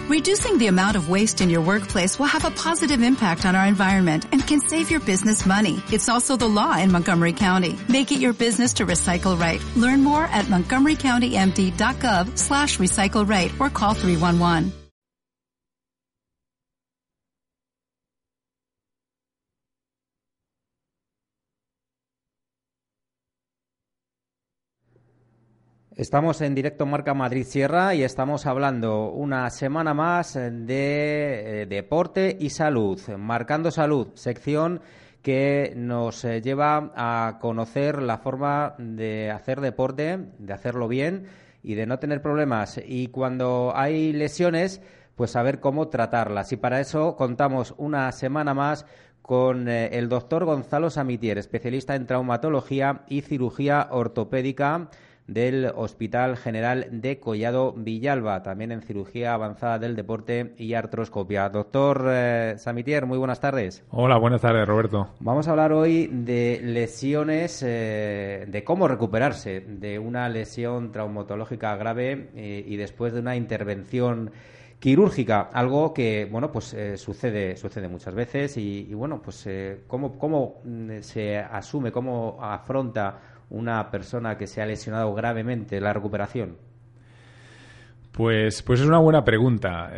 Reducing the amount of waste in your workplace will have a positive impact on our environment and can save your business money. It's also the law in Montgomery County. Make it your business to recycle right. Learn more at montgomerycountymd.gov/recycle right or call 311. Estamos en directo Marca Madrid Sierra y estamos hablando una semana más de deporte y salud. Marcando Salud, sección que nos lleva a conocer la forma de hacer deporte, de hacerlo bien y de no tener problemas. Y cuando hay lesiones, pues saber cómo tratarlas. Y para eso contamos una semana más con el doctor Gonzalo Samitier, especialista en traumatología y cirugía ortopédica del Hospital General de Collado Villalba, también en cirugía avanzada del deporte y artroscopia. Doctor Samitier, muy buenas tardes. Hola, buenas tardes, Roberto. Vamos a hablar hoy de lesiones, de cómo recuperarse de una lesión traumatológica grave y después de una intervención quirúrgica, algo que, bueno, pues sucede muchas veces y bueno, pues cómo se asume, cómo afronta una persona que se ha lesionado gravemente la recuperación. Pues es una buena pregunta.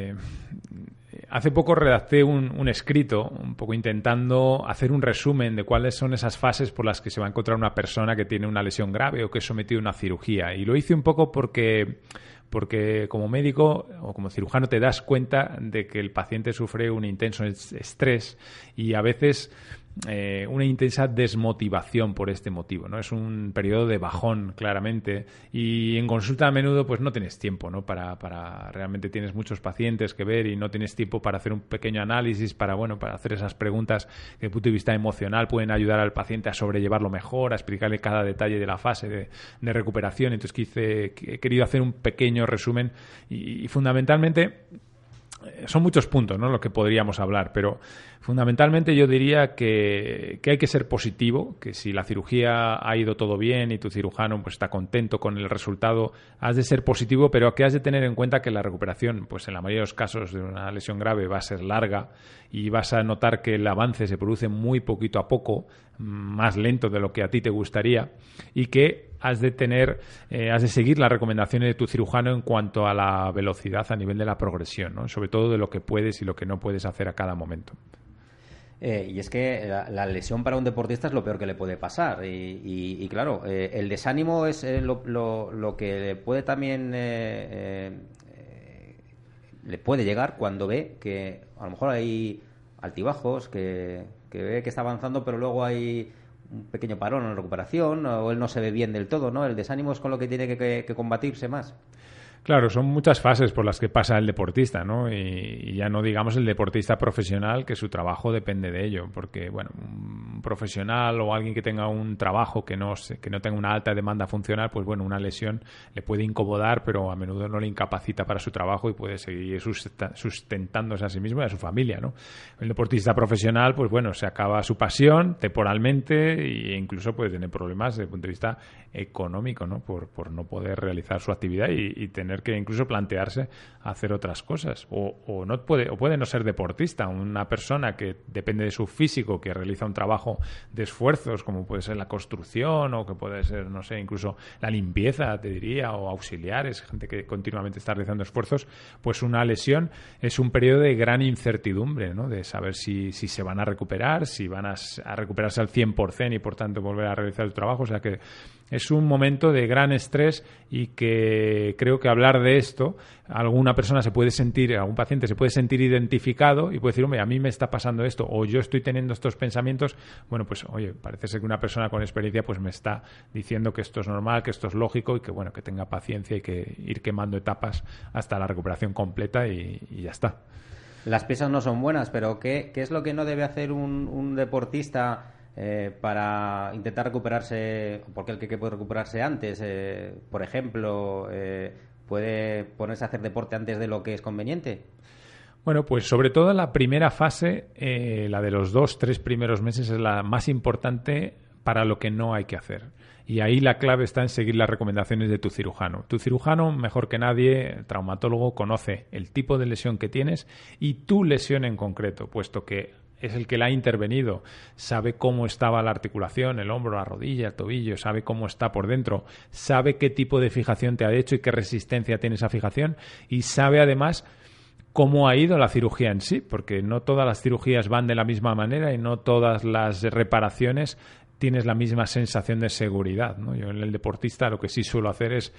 Hace poco redacté un escrito, un poco intentando hacer un resumen de cuáles son esas fases por las que se va a encontrar una persona que tiene una lesión grave o que es sometido a una cirugía. Y lo hice un poco porque como médico o como cirujano te das cuenta de que el paciente sufre un intenso estrés y a veces una intensa desmotivación por este motivo, ¿no? Es un periodo de bajón, claramente, y en consulta a menudo pues no tienes tiempo, ¿no? Para realmente tienes muchos pacientes que ver y no tienes tiempo para hacer un pequeño análisis, para hacer esas preguntas que desde el punto de vista emocional pueden ayudar al paciente a sobrellevarlo mejor, a explicarle cada detalle de la fase de recuperación. Entonces he querido hacer un pequeño resumen y fundamentalmente son muchos puntos, ¿no?, lo que podríamos hablar, pero fundamentalmente yo diría que hay que ser positivo, que si la cirugía ha ido todo bien y tu cirujano pues está contento con el resultado, has de ser positivo, pero que has de tener en cuenta que la recuperación, pues en la mayoría de los casos de una lesión grave va a ser larga y vas a notar que el avance se produce muy poquito a poco, más lento de lo que a ti te gustaría, y que has de seguir las recomendaciones de tu cirujano en cuanto a la velocidad a nivel de la progresión, ¿no? Sobre todo de lo que puedes y lo que no puedes hacer a cada momento. Y es que la lesión para un deportista es lo peor que le puede pasar y claro, el desánimo es lo que le puede también le puede llegar cuando ve que a lo mejor hay altibajos, que ve que está avanzando pero luego hay un pequeño parón en la recuperación o él no se ve bien del todo, ¿no? El desánimo es con lo que tiene que combatirse más. Claro, son muchas fases por las que pasa el deportista, ¿no? Y ya no digamos el deportista profesional, que su trabajo depende de ello, porque, bueno, un profesional o alguien que tenga un trabajo que no tenga una alta demanda funcional, pues bueno, una lesión le puede incomodar, pero a menudo no le incapacita para su trabajo y puede seguir sustentándose a sí mismo y a su familia, ¿no? El deportista profesional, pues bueno, se acaba su pasión temporalmente e incluso puede tener problemas desde el punto de vista económico, ¿no? Por no poder realizar su actividad y tener que incluso plantearse hacer otras cosas o puede no ser deportista, una persona que depende de su físico, que realiza un trabajo de esfuerzos como puede ser la construcción o que puede ser, no sé, incluso la limpieza, te diría, o auxiliares, gente que continuamente está realizando esfuerzos, pues una lesión es un periodo de gran incertidumbre, ¿no? De saber si se van a recuperar, si van a recuperarse al 100% y por tanto volver a realizar el trabajo, o sea que es un momento de gran estrés y que creo que hablar de esto, algún paciente se puede sentir identificado y puede decir, hombre, a mí me está pasando esto o yo estoy teniendo estos pensamientos. Bueno, pues oye, parece ser que una persona con experiencia pues me está diciendo que esto es normal, que esto es lógico y que bueno, que tenga paciencia y que ir quemando etapas hasta la recuperación completa y ya está. Las prisas no son buenas, pero ¿qué es lo que no debe hacer un deportista para intentar recuperarse, porque el que puede recuperarse antes, por ejemplo, puede ponerse a hacer deporte antes de lo que es conveniente? Bueno, pues sobre todo en la primera fase, la de los 2-3 primeros meses es la más importante para lo que no hay que hacer. Y ahí la clave está en seguir las recomendaciones de tu cirujano. Tu cirujano, mejor que nadie, el traumatólogo, conoce el tipo de lesión que tienes y tu lesión en concreto, puesto que es el que la ha intervenido, sabe cómo estaba la articulación, el hombro, la rodilla, el tobillo, sabe cómo está por dentro, sabe qué tipo de fijación te ha hecho y qué resistencia tiene esa fijación y sabe además cómo ha ido la cirugía en sí, porque no todas las cirugías van de la misma manera y no todas las reparaciones tienes la misma sensación de seguridad, ¿no? Yo en el deportista lo que sí suelo hacer es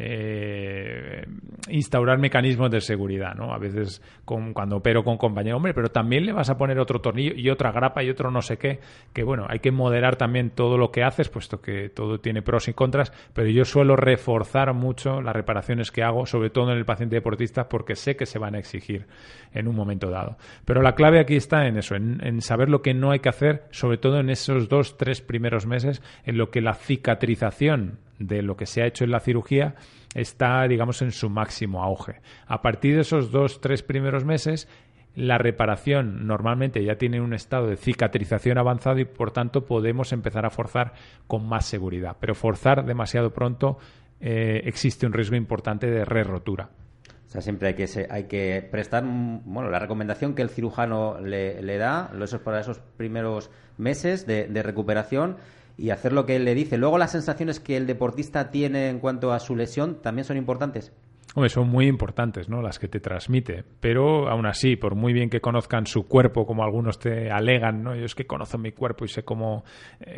instaurar mecanismos de seguridad, ¿no? A veces cuando opero con compañero, hombre, pero también le vas a poner otro tornillo y otra grapa y otro no sé qué, que bueno, hay que moderar también todo lo que haces, puesto que todo tiene pros y contras, pero yo suelo reforzar mucho las reparaciones que hago, sobre todo en el paciente deportista, porque sé que se van a exigir en un momento dado. Pero la clave aquí está en eso, en saber lo que no hay que hacer, sobre todo en esos 2-3 primeros meses, en lo que la cicatrización de lo que se ha hecho en la cirugía está, digamos, en su máximo auge. A partir de esos 2-3 primeros meses, la reparación normalmente ya tiene un estado de cicatrización avanzado y, por tanto, podemos empezar a forzar con más seguridad. Pero forzar demasiado pronto existe un riesgo importante de re-rotura. O sea, siempre hay que prestar, bueno, la recomendación que el cirujano le da, eso es para esos primeros meses de recuperación, y hacer lo que él le dice. Luego, las sensaciones que el deportista tiene en cuanto a su lesión también son importantes. Hombre, son muy importantes, ¿no?, las que te transmite, pero aún así, por muy bien que conozcan su cuerpo, como algunos te alegan, ¿no? Yo es que conozco mi cuerpo y sé cómo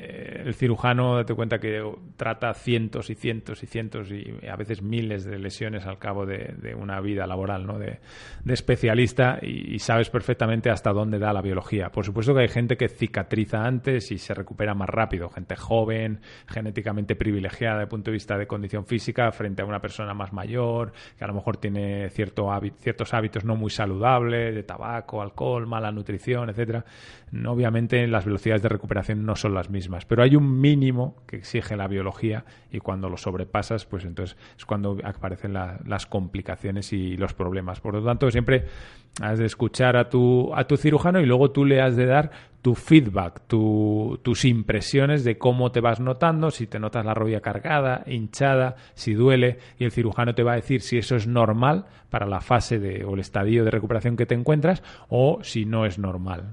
el cirujano, date cuenta que trata cientos y cientos y cientos y a veces miles de lesiones al cabo de una vida laboral, ¿no?, de especialista, y sabes perfectamente hasta dónde da la biología. Por supuesto que hay gente que cicatriza antes y se recupera más rápido, gente joven, genéticamente privilegiada desde el punto de vista de condición física, frente a una persona más mayor, que a lo mejor tiene ciertos hábitos no muy saludables, de tabaco, alcohol, mala nutrición, etcétera. No, obviamente las velocidades de recuperación no son las mismas, pero hay un mínimo que exige la biología y cuando lo sobrepasas, pues entonces es cuando aparecen las complicaciones y los problemas. Por lo tanto, siempre has de escuchar a tu cirujano y luego tú le has de dar tu feedback, tus impresiones de cómo te vas notando, si te notas la rodilla cargada, hinchada, si duele, y el cirujano te va a decir si eso es normal para la fase o el estadio de recuperación que te encuentras o si no es normal.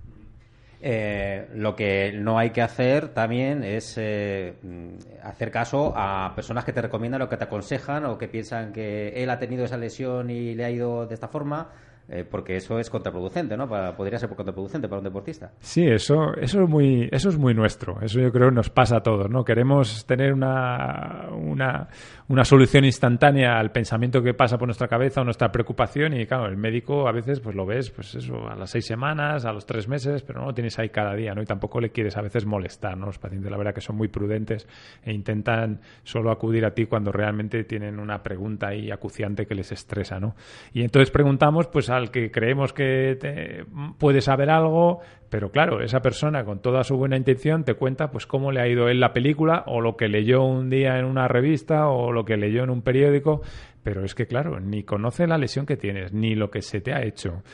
Lo que no hay que hacer también es hacer caso a personas que te recomiendan o que te aconsejan o que piensan que él ha tenido esa lesión y le ha ido de esta forma, porque eso es contraproducente, ¿no? Podría ser contraproducente para un deportista. Sí, eso es muy nuestro. Eso yo creo que nos pasa a todos, ¿no? Queremos tener una solución instantánea al pensamiento que pasa por nuestra cabeza o nuestra preocupación, y claro, el médico a veces pues lo ves, pues eso, a las 6 semanas, a los 3 meses, pero no lo tienes ahí cada día, ¿no? Y tampoco le quieres a veces molestar, ¿no? Los pacientes, la verdad, que son muy prudentes e intentan solo acudir a ti cuando realmente tienen una pregunta ahí acuciante que les estresa, ¿no? Y entonces preguntamos, pues, al que creemos que puede saber algo, pero claro, esa persona con toda su buena intención te cuenta pues cómo le ha ido él la película o lo que leyó un día en una revista o lo que leyó en un periódico, pero es que claro, ni conoce la lesión que tienes, ni lo que se te ha hecho.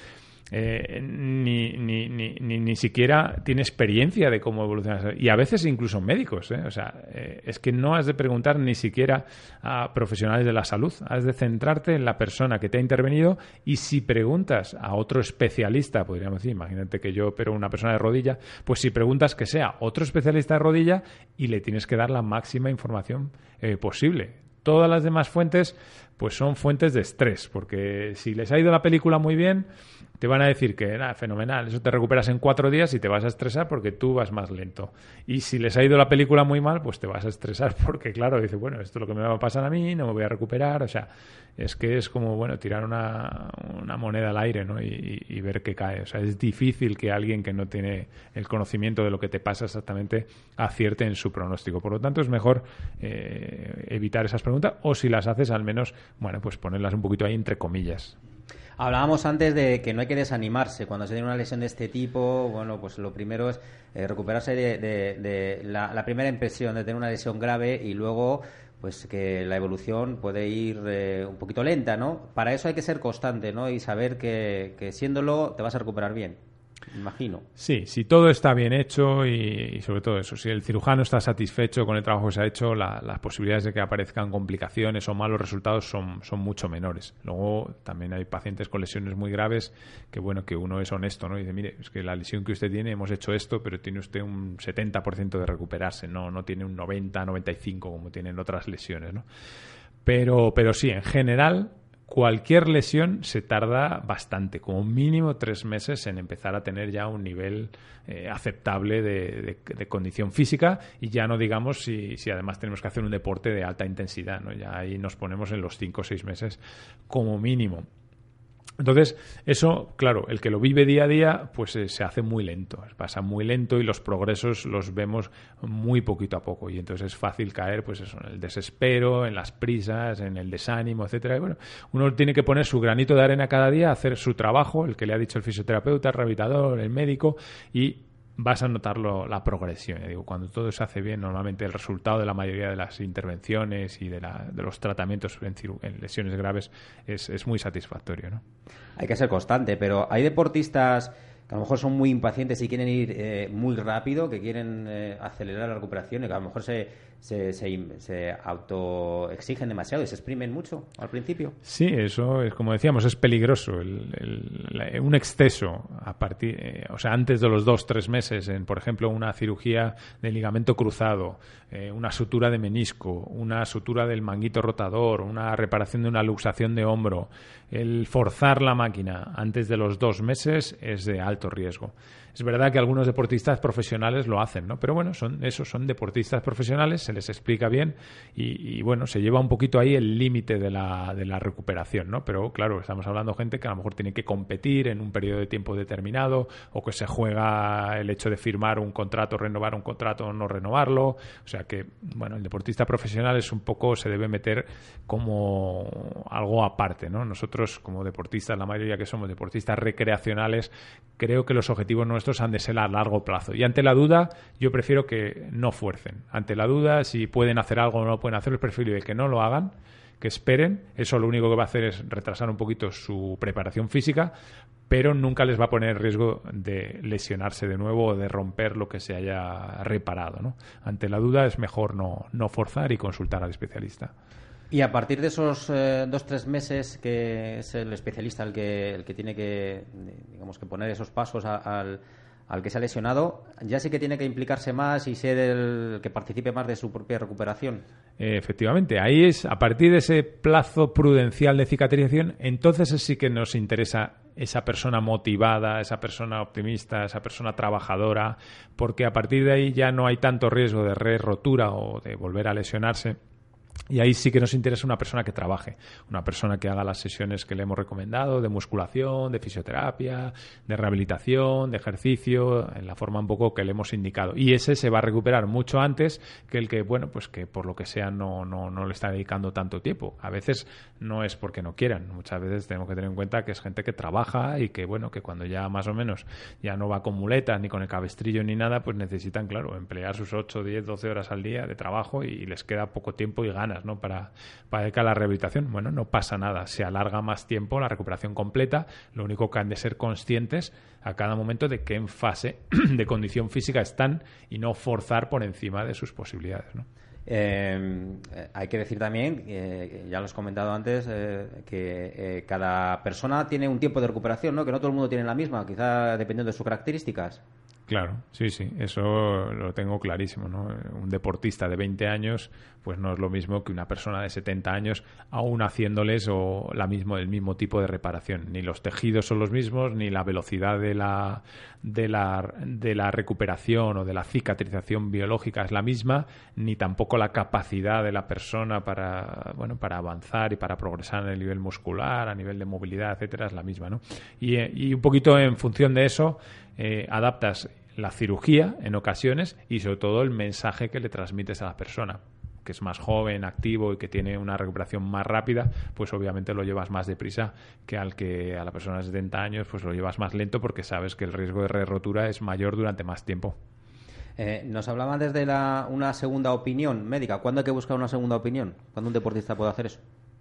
Ni siquiera tiene experiencia de cómo evoluciona, y a veces incluso médicos, o sea, es que no has de preguntar ni siquiera a profesionales de la salud, has de centrarte en la persona que te ha intervenido, y si preguntas a otro especialista, podríamos decir, imagínate que yo opero una persona de rodilla, pues si preguntas que sea otro especialista de rodilla y le tienes que dar la máxima información posible. Todas las demás fuentes pues son fuentes de estrés, porque si les ha ido la película muy bien, te van a decir que nada, fenomenal, eso te recuperas en 4 días y te vas a estresar porque tú vas más lento. Y si les ha ido la película muy mal, pues te vas a estresar porque, claro, dices, bueno, esto es lo que me va a pasar a mí, no me voy a recuperar. O sea, es que es como, bueno, tirar una moneda al aire, ¿no? Y ver qué cae. O sea, es difícil que alguien que no tiene el conocimiento de lo que te pasa exactamente acierte en su pronóstico. Por lo tanto, es mejor evitar esas preguntas, o si las haces, al menos, bueno, pues ponerlas un poquito ahí entre comillas. Hablábamos antes de que no hay que desanimarse cuando se tiene una lesión de este tipo. Bueno, pues lo primero es recuperarse de la primera impresión de tener una lesión grave, y luego pues que la evolución puede ir un poquito lenta, ¿no? Para eso hay que ser constante, ¿no? Y saber que siéndolo te vas a recuperar bien. imagino. Sí, si todo está bien hecho y sobre todo eso, si el cirujano está satisfecho con el trabajo que se ha hecho, las posibilidades de que aparezcan complicaciones o malos resultados son mucho menores. Luego también hay pacientes con lesiones muy graves que, bueno, que uno es honesto, ¿no? Y dice, mire, es que la lesión que usted tiene, hemos hecho esto, pero tiene usted un 70% de recuperarse, no tiene un 90, 95 como tienen otras lesiones, ¿no? Pero sí, en general, cualquier lesión se tarda bastante, como mínimo 3 meses en empezar a tener ya un nivel aceptable de condición física, y ya no digamos si además tenemos que hacer un deporte de alta intensidad, ¿no? Ya ahí nos ponemos en los 5 o 6 meses como mínimo. Entonces, eso, claro, el que lo vive día a día, pues se hace muy lento, pasa muy lento y los progresos los vemos muy poquito a poco, y entonces es fácil caer, pues eso, en el desespero, en las prisas, en el desánimo, etcétera. Y bueno, uno tiene que poner su granito de arena cada día, hacer su trabajo, el que le ha dicho el fisioterapeuta, el rehabilitador, el médico, y vas a notar la progresión. Digo, cuando todo se hace bien, normalmente el resultado de la mayoría de las intervenciones y de los tratamientos en lesiones graves es muy satisfactorio, ¿no? Hay que ser constante, pero hay deportistas que a lo mejor son muy impacientes y quieren ir muy rápido, que quieren acelerar la recuperación, y que a lo mejor se autoexigen demasiado y se exprimen mucho al principio. Sí, eso es, como decíamos, es peligroso. Un exceso antes de los 2-3 meses, por ejemplo, una cirugía de ligamento cruzado, una sutura de menisco, una sutura del manguito rotador, una reparación de una luxación de hombro, el forzar la máquina antes de los 2 meses es de alto riesgo. Es verdad que algunos deportistas profesionales lo hacen, ¿no? Pero bueno, son deportistas profesionales, se les explica bien y bueno, se lleva un poquito ahí el límite de la recuperación, ¿no? Pero claro, estamos hablando de gente que a lo mejor tiene que competir en un periodo de tiempo determinado, o que se juega el hecho de firmar un contrato, renovar un contrato o no renovarlo. O sea que, bueno, el deportista profesional es un poco, se debe meter como algo aparte, ¿no? Nosotros, como deportistas, la mayoría que somos deportistas recreacionales, creo que los objetivos nuestros han de ser a largo plazo. Y ante la duda, yo prefiero que no fuercen. Ante la duda, si pueden hacer algo o no pueden hacerlo, es preferible que no lo hagan, que esperen. Eso lo único que va a hacer es retrasar un poquito su preparación física, pero nunca les va a poner en riesgo de lesionarse de nuevo o de romper lo que se haya reparado, ¿no? Ante la duda es mejor no forzar y consultar al especialista. Y a partir de esos 2-3 meses, que es el especialista el que tiene que, digamos, que poner esos pasos al que se ha lesionado, ya sí que tiene que implicarse más y ser el que participe más de su propia recuperación. Efectivamente, ahí es, a partir de ese plazo prudencial de cicatrización, entonces sí que nos interesa esa persona motivada, esa persona optimista, esa persona trabajadora, porque a partir de ahí ya no hay tanto riesgo de rotura o de volver a lesionarse. Y ahí sí que nos interesa una persona que trabaje, una persona que haga las sesiones que le hemos recomendado de musculación, de fisioterapia, de rehabilitación, de ejercicio, en la forma un poco que le hemos indicado. Y ese se va a recuperar mucho antes que el que, bueno, pues que por lo que sea no le está dedicando tanto tiempo. A veces no es porque no quieran, muchas veces tenemos que tener en cuenta que es gente que trabaja y que, bueno, que cuando ya más o menos ya no va con muletas ni con el cabestrillo ni nada, pues necesitan, claro, emplear sus 8, 10, 12 horas al día de trabajo y les queda poco tiempo y ganas, ¿no? Para dedicar a la rehabilitación. Bueno, no pasa nada, se alarga más tiempo la recuperación completa. Lo único que han de ser conscientes a cada momento de qué en fase de condición física están y no forzar por encima de sus posibilidades, ¿no? Hay que decir también, ya lo has comentado antes, que cada persona tiene un tiempo de recuperación, ¿no? Que no todo el mundo tiene la misma, quizá dependiendo de sus características. Claro, sí, eso lo tengo clarísimo, ¿no? Un deportista de 20 años, pues no es lo mismo que una persona de 70 años, aún haciéndoles el mismo tipo de reparación. Ni los tejidos son los mismos, ni la velocidad de la recuperación o de la cicatrización biológica es la misma, ni tampoco la capacidad de la persona para avanzar y para progresar en el nivel muscular, a nivel de movilidad, etcétera, es la misma, ¿no? Y un poquito en función de eso, adaptas la cirugía en ocasiones y sobre todo el mensaje que le transmites a la persona, que es más joven, activo y que tiene una recuperación más rápida, pues obviamente lo llevas más deprisa que a la persona de 70 años pues lo llevas más lento, porque sabes que el riesgo de rotura es mayor durante más tiempo. Nos hablaban desde una segunda opinión médica. ¿Cuándo hay que buscar una segunda opinión? ¿Cuándo un deportista puede hacer eso?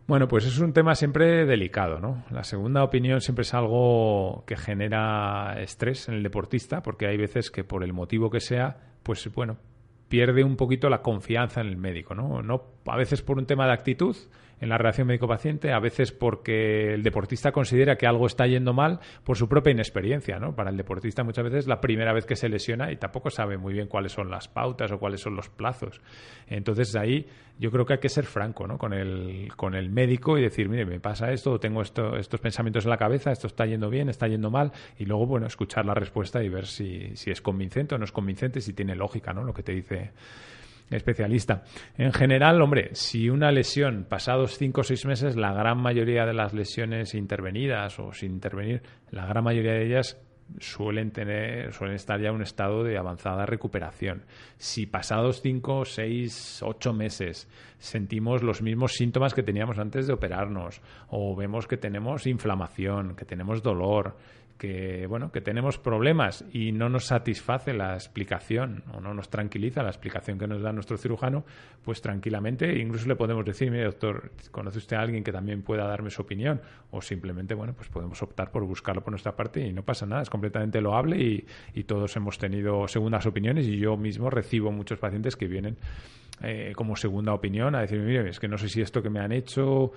Bueno, pues es un tema siempre delicado, ¿no? La segunda opinión siempre es algo que genera estrés en el deportista, porque hay veces que por el motivo que sea, pues bueno, pierde un poquito la confianza en el médico, ¿no? A veces por un tema de actitud en la relación médico-paciente, a veces porque el deportista considera que algo está yendo mal por su propia inexperiencia, ¿no? Para el deportista muchas veces es la primera vez que se lesiona y tampoco sabe muy bien cuáles son las pautas o cuáles son los plazos. Entonces ahí yo creo que hay que ser franco, ¿no? Con el médico y decir, mire, me pasa esto, o tengo estos pensamientos en la cabeza, esto está yendo bien, está yendo mal, y luego, bueno, escuchar la respuesta y ver si es convincente o no es convincente, si tiene lógica, ¿no? Lo que te dice especialista. En general, hombre, si una lesión pasados 5 o 6 meses, la gran mayoría de las lesiones intervenidas o sin intervenir, la gran mayoría de ellas suelen estar ya en un estado de avanzada recuperación. Si pasados 5, 6, 8 meses sentimos los mismos síntomas que teníamos antes de operarnos, o vemos que tenemos inflamación, que tenemos dolor, que tenemos problemas y no nos satisface la explicación o no nos tranquiliza la explicación que nos da nuestro cirujano, pues tranquilamente incluso le podemos decir, mire, doctor, ¿conoce usted a alguien que también pueda darme su opinión? O simplemente, pues podemos optar por buscarlo por nuestra parte y no pasa nada, es completamente loable y todos hemos tenido segundas opiniones, y yo mismo recibo muchos pacientes que vienen como segunda opinión a decirme, mire, es que no sé si esto que me han hecho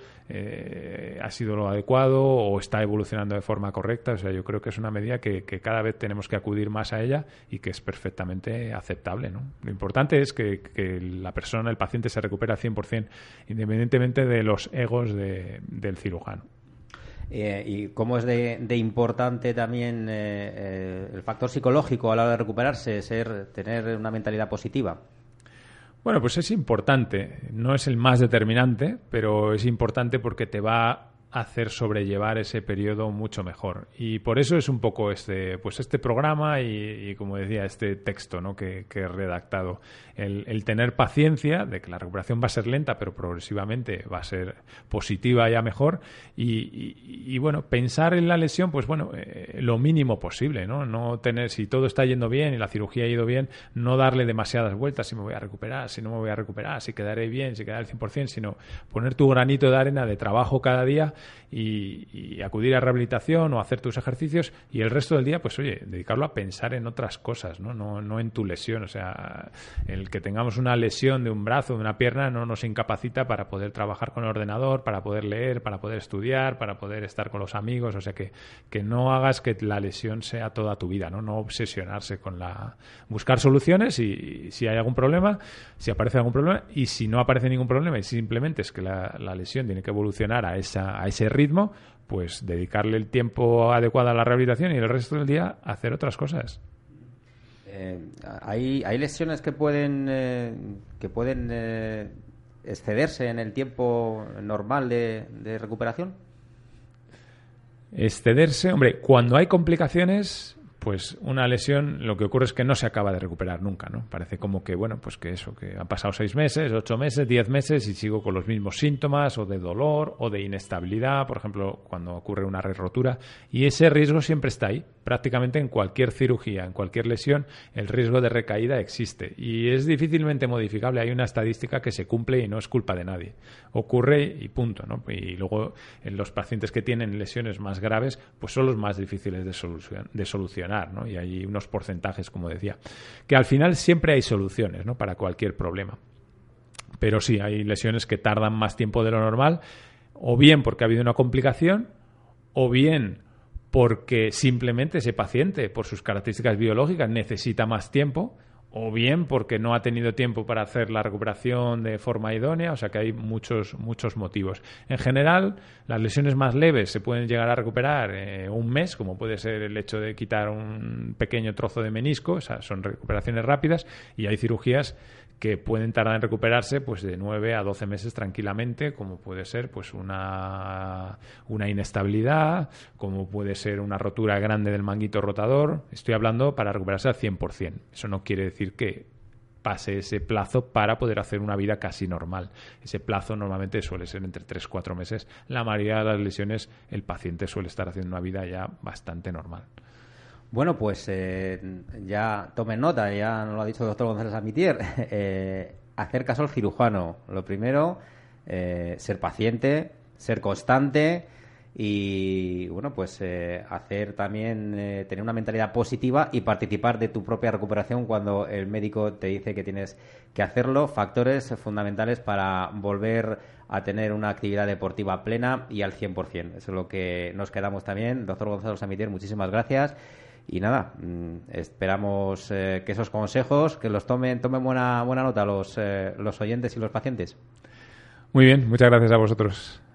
ha sido lo adecuado o está evolucionando de forma correcta. O sea, yo creo que es una medida que cada vez tenemos que acudir más a ella y que es perfectamente aceptable, ¿no? Lo importante es que la persona, el paciente, se recupere al 100%, independientemente de los egos del cirujano. ¿Y cómo es de importante también el factor psicológico a la hora de recuperarse, tener una mentalidad positiva? Bueno, pues es importante. No es el más determinante, pero es importante porque te va a hacer sobrellevar ese periodo mucho mejor. Y por eso es un poco este programa y como decía, este texto, ¿no? que he redactado. El tener paciencia de que la recuperación va a ser lenta, pero progresivamente va a ser positiva y a mejor. Y bueno, pensar en la lesión, pues bueno, lo mínimo posible, ¿no? No tener, si todo está yendo bien y la cirugía ha ido bien, no darle demasiadas vueltas, si me voy a recuperar, si no me voy a recuperar, si quedaré bien, si quedaré al 100%, sino poner tu granito de arena de trabajo cada día y acudir a rehabilitación o hacer tus ejercicios, y el resto del día, pues oye, dedicarlo a pensar en otras cosas, no en tu lesión. O sea, el que tengamos una lesión de un brazo, de una pierna, no nos incapacita para poder trabajar con el ordenador, para poder leer, para poder estudiar, para poder estar con los amigos. O sea, que no hagas que la lesión sea toda tu vida, no obsesionarse con buscar soluciones, y si hay algún problema, si aparece algún problema, y si no aparece ningún problema y simplemente es que la lesión tiene que evolucionar a ese ritmo, pues dedicarle el tiempo adecuado a la rehabilitación y el resto del día hacer otras cosas. ¿Hay lesiones que pueden excederse en el tiempo normal de recuperación? Excederse, hombre, cuando hay complicaciones, pues una lesión, lo que ocurre es que no se acaba de recuperar nunca, ¿no? Parece como que, bueno, pues que han pasado 6 meses, 8 meses, 10 meses y sigo con los mismos síntomas, o de dolor o de inestabilidad, por ejemplo, cuando ocurre una rotura, y ese riesgo siempre está ahí. Prácticamente en cualquier cirugía, en cualquier lesión, el riesgo de recaída existe y es difícilmente modificable. Hay una estadística que se cumple y no es culpa de nadie. Ocurre y punto, ¿no? Y luego en los pacientes que tienen lesiones más graves, pues son los más difíciles de solucionar, ¿no? Y hay unos porcentajes, como decía, que al final siempre hay soluciones, ¿no? Para cualquier problema. Pero sí, hay lesiones que tardan más tiempo de lo normal, o bien porque ha habido una complicación, o bien porque simplemente ese paciente, por sus características biológicas, necesita más tiempo, o bien porque no ha tenido tiempo para hacer la recuperación de forma idónea. O sea que hay muchos motivos. En general, las lesiones más leves se pueden llegar a recuperar un mes, como puede ser el hecho de quitar un pequeño trozo de menisco. O sea, son recuperaciones rápidas, y hay cirugías que pueden tardar en recuperarse pues de 9 a 12 meses tranquilamente, como puede ser pues una inestabilidad, como puede ser una rotura grande del manguito rotador. Estoy hablando para recuperarse al 100%. Eso no quiere decir que pase ese plazo para poder hacer una vida casi normal. Ese plazo normalmente suele ser entre 3-4 meses. La mayoría de las lesiones el paciente suele estar haciendo una vida ya bastante normal. Bueno, pues ya tomen nota, ya nos lo ha dicho el doctor González Amitier, hacer caso al cirujano. Lo primero, ser paciente, ser constante y bueno, pues hacer también tener una mentalidad positiva y participar de tu propia recuperación cuando el médico te dice que tienes que hacerlo. Factores fundamentales para volver a tener una actividad deportiva plena y al 100%. Eso es lo que nos quedamos también. Doctor Gonzalo Samitier, muchísimas gracias. Y nada, esperamos que esos consejos, que los tomen buena nota los oyentes y los pacientes. Muy bien, muchas gracias a vosotros.